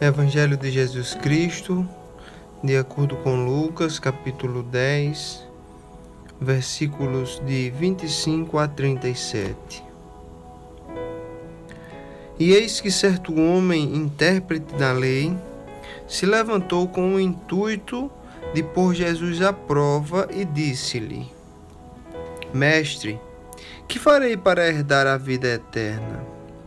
Evangelho de Jesus Cristo, de acordo com Lucas, capítulo 10, versículos de 25 a 37. E eis que certo homem, intérprete da lei, se levantou com o intuito de pôr Jesus à prova e disse-lhe: Mestre, que farei para herdar a vida eterna?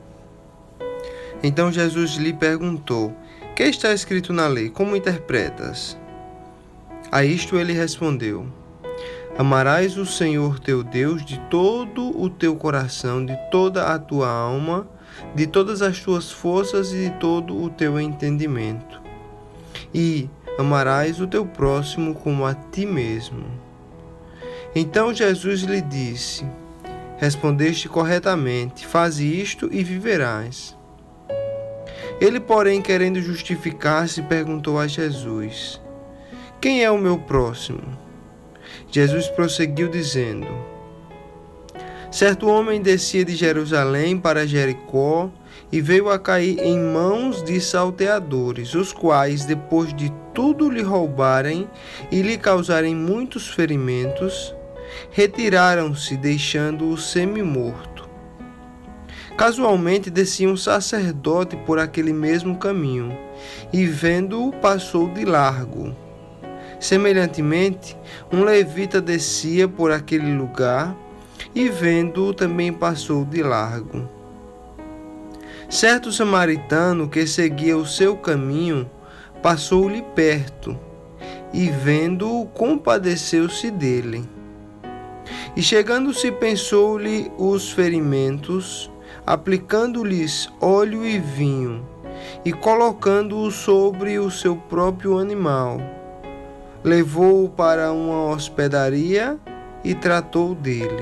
Então Jesus lhe perguntou: Que está escrito na lei? Como interpretas? A isto ele respondeu: Amarás o Senhor teu Deus de todo o teu coração, de toda a tua alma, de todas as tuas forças e de todo o teu entendimento. E amarás o teu próximo como a ti mesmo. Então Jesus lhe disse: Respondeste corretamente, faze isto e viverás. Ele, porém, querendo justificar-se, perguntou a Jesus: Quem é o meu próximo? Jesus prosseguiu dizendo: Certo homem descia de Jerusalém para Jericó e veio a cair em mãos de salteadores, os quais, depois de tudo lhe roubarem e lhe causarem muitos ferimentos, retiraram-se, deixando-o semi-morto. Casualmente descia um sacerdote por aquele mesmo caminho, e vendo-o passou de largo. Semelhantemente, um levita descia por aquele lugar, e vendo-o também passou de largo. Certo samaritano que seguia o seu caminho, passou-lhe perto, e vendo-o compadeceu-se dele. E chegando-se pensou-lhe os ferimentos, aplicando-lhes óleo e vinho, e colocando-o sobre o seu próprio animal, levou-o para uma hospedaria e tratou dele.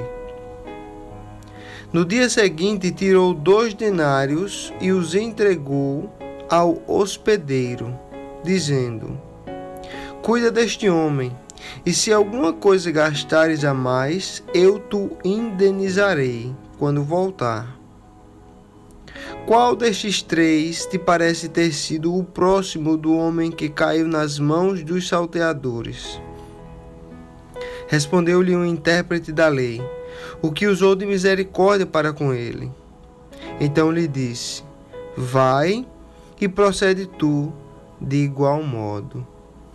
No dia seguinte tirou 2 denários e os entregou ao hospedeiro, dizendo: Cuida deste homem, e se alguma coisa gastares a mais, eu te indenizarei quando voltar. Qual destes 3 te parece ter sido o próximo do homem que caiu nas mãos dos salteadores? Respondeu-lhe um intérprete da lei: O que usou de misericórdia para com ele. Então lhe disse: Vai e procede tu de igual modo.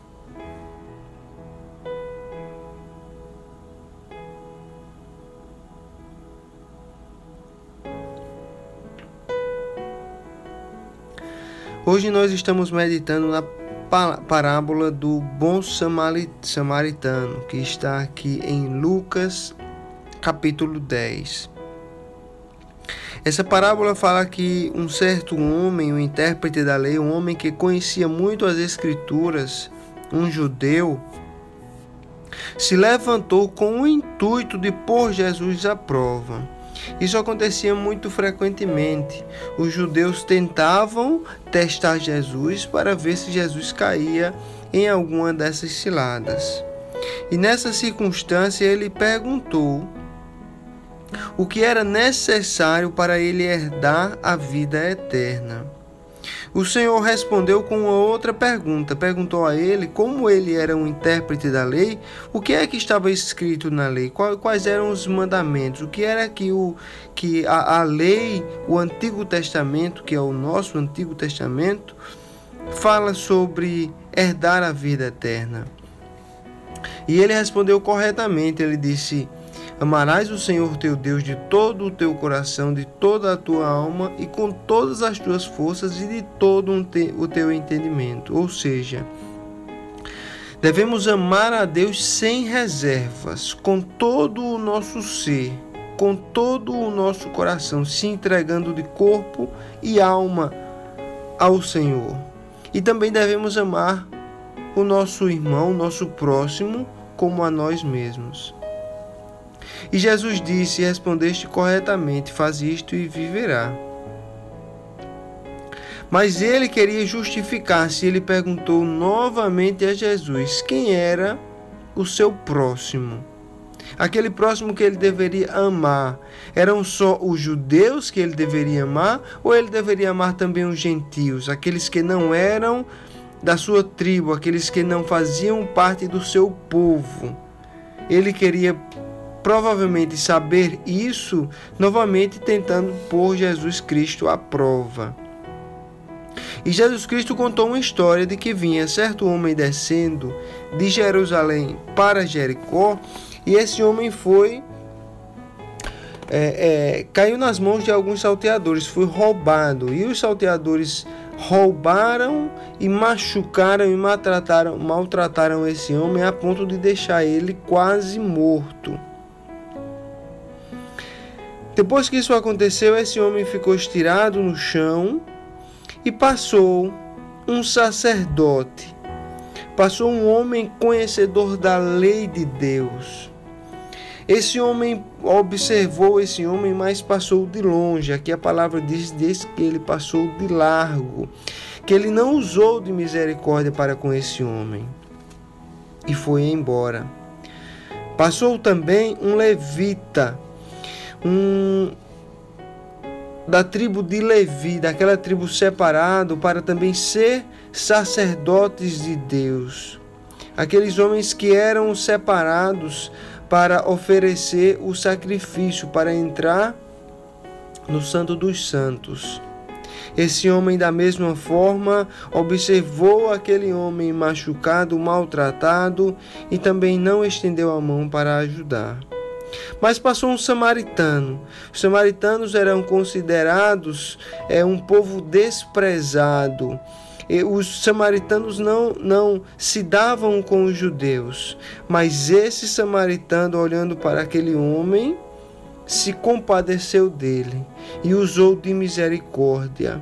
Hoje nós estamos meditando na parábola do bom samaritano, que está aqui em Lucas, capítulo 10. Essa parábola fala que um certo homem, um intérprete da lei, um homem que conhecia muito as Escrituras, um judeu, se levantou com o intuito de pôr Jesus à prova. Isso acontecia muito frequentemente. Os judeus tentavam testar Jesus para ver se Jesus caía em alguma dessas ciladas. E nessa circunstância ele perguntou o que era necessário para ele herdar a vida eterna. O Senhor respondeu com uma outra pergunta. Perguntou a ele, como ele era um intérprete da lei, o que é que estava escrito na lei? Quais eram os mandamentos? O que era que a lei, o Antigo Testamento, que é o nosso Antigo Testamento, fala sobre herdar a vida eterna? E ele respondeu corretamente. Ele disse: Amarás o Senhor teu Deus de todo o teu coração, de toda a tua alma e com todas as tuas forças e de todo o teu entendimento. Ou seja, devemos amar a Deus sem reservas, com todo o nosso ser, com todo o nosso coração, se entregando de corpo e alma ao Senhor. E também devemos amar o nosso irmão, o nosso próximo, como a nós mesmos. E Jesus disse: Respondeste corretamente, faz isto e viverá. Mas ele queria justificar-se. Ele perguntou novamente a Jesus quem era o seu próximo. Aquele próximo que ele deveria amar, eram só os judeus que ele deveria amar, ou ele deveria amar também os gentios, aqueles que não eram da sua tribo, aqueles que não faziam parte do seu povo? Ele queria provavelmente saber isso, novamente tentando pôr Jesus Cristo à prova. E Jesus Cristo contou uma história de que vinha certo homem descendo de Jerusalém para Jericó, e esse homem caiu nas mãos de alguns salteadores, foi roubado, e os salteadores roubaram e machucaram e maltrataram esse homem a ponto de deixar ele quase morto. Depois que isso aconteceu, esse homem ficou estirado no chão e passou um sacerdote, passou um homem conhecedor da lei de Deus. Esse homem observou esse homem, mas passou de longe. Aqui a palavra diz que ele passou de largo, que ele não usou de misericórdia para com esse homem e foi embora. Passou também um levita, da tribo de Levi, daquela tribo separado para também ser sacerdotes de Deus. Aqueles homens que eram separados para oferecer o sacrifício, para entrar no Santo dos Santos. Esse homem, da mesma forma, observou aquele homem machucado, maltratado, e também não estendeu a mão para ajudar. Mas passou um samaritano. Os samaritanos eram considerados um povo desprezado. E os samaritanos não se davam com os judeus. Mas esse samaritano, olhando para aquele homem, se compadeceu dele e usou de misericórdia.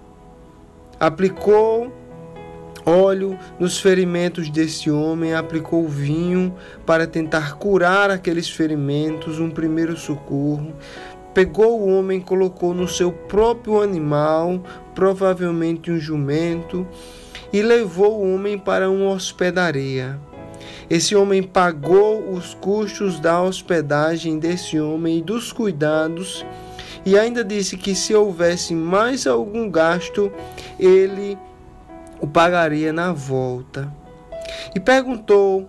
Aplicou óleo nos ferimentos desse homem, aplicou vinho para tentar curar aqueles ferimentos, um primeiro socorro. Pegou o homem, colocou no seu próprio animal, provavelmente um jumento, e levou o homem para uma hospedaria. Esse homem pagou os custos da hospedagem desse homem e dos cuidados, e ainda disse que se houvesse mais algum gasto, ele o pagaria na volta. E perguntou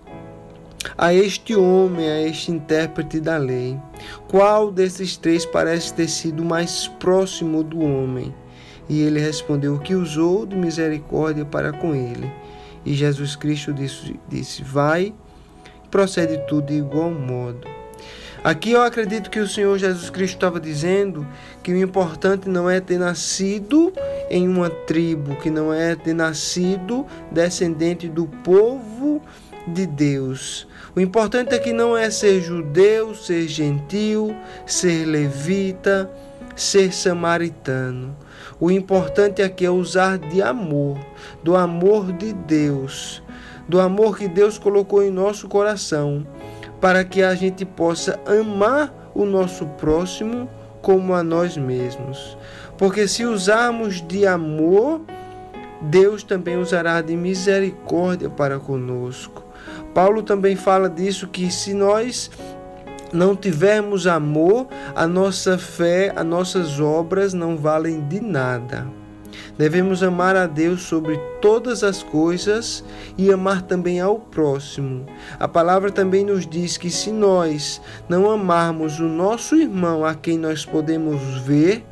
a este homem, a este intérprete da lei, qual desses três parece ter sido mais próximo do homem? E ele respondeu que usou de misericórdia para com ele. E Jesus Cristo disse: vai, procede tudo de igual modo. Aqui eu acredito que o Senhor Jesus Cristo estava dizendo que o importante não é ter nascido em uma tribo, que não é ter nascido descendente do povo de Deus. O importante é que não é ser judeu, ser gentil, ser levita, ser samaritano. O importante aqui é usar de amor, do amor de Deus, do amor que Deus colocou em nosso coração, para que a gente possa amar o nosso próximo como a nós mesmos. Porque se usarmos de amor, Deus também usará de misericórdia para conosco. Paulo também fala disso, que se nós não tivermos amor, a nossa fé, as nossas obras não valem de nada. Devemos amar a Deus sobre todas as coisas e amar também ao próximo. A palavra também nos diz que se nós não amarmos o nosso irmão a quem nós podemos ver,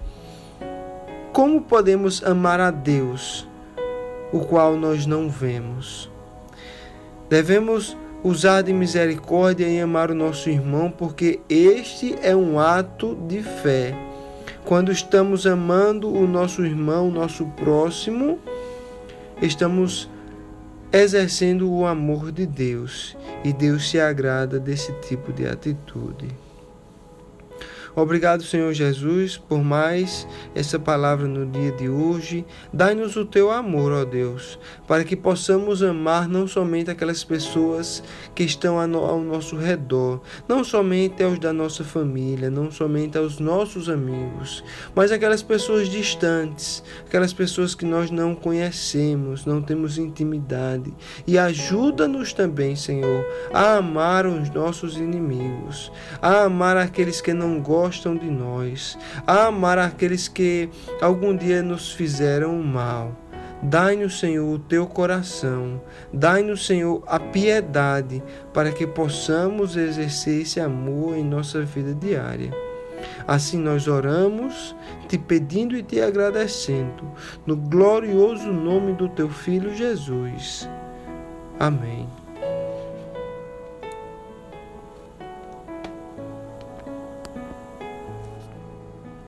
como podemos amar a Deus, o qual nós não vemos? Devemos usar de misericórdia e amar o nosso irmão, porque este é um ato de fé. Quando estamos amando o nosso irmão, o nosso próximo, estamos exercendo o amor de Deus, e Deus se agrada desse tipo de atitude. Obrigado, Senhor Jesus, por mais essa palavra no dia de hoje. Dai-nos o teu amor, ó Deus, para que possamos amar não somente aquelas pessoas que estão ao nosso redor, não somente aos da nossa família, não somente aos nossos amigos, mas aquelas pessoas distantes, aquelas pessoas que nós não conhecemos, não temos intimidade. E ajuda-nos também, Senhor, a amar os nossos inimigos, a amar aqueles que não gostam de nós, a amar aqueles que algum dia nos fizeram mal. Dai-nos, Senhor, o teu coração, dai-nos, Senhor, a piedade, para que possamos exercer esse amor em nossa vida diária. Assim nós oramos, te pedindo e te agradecendo, no glorioso nome do teu Filho Jesus. Amém.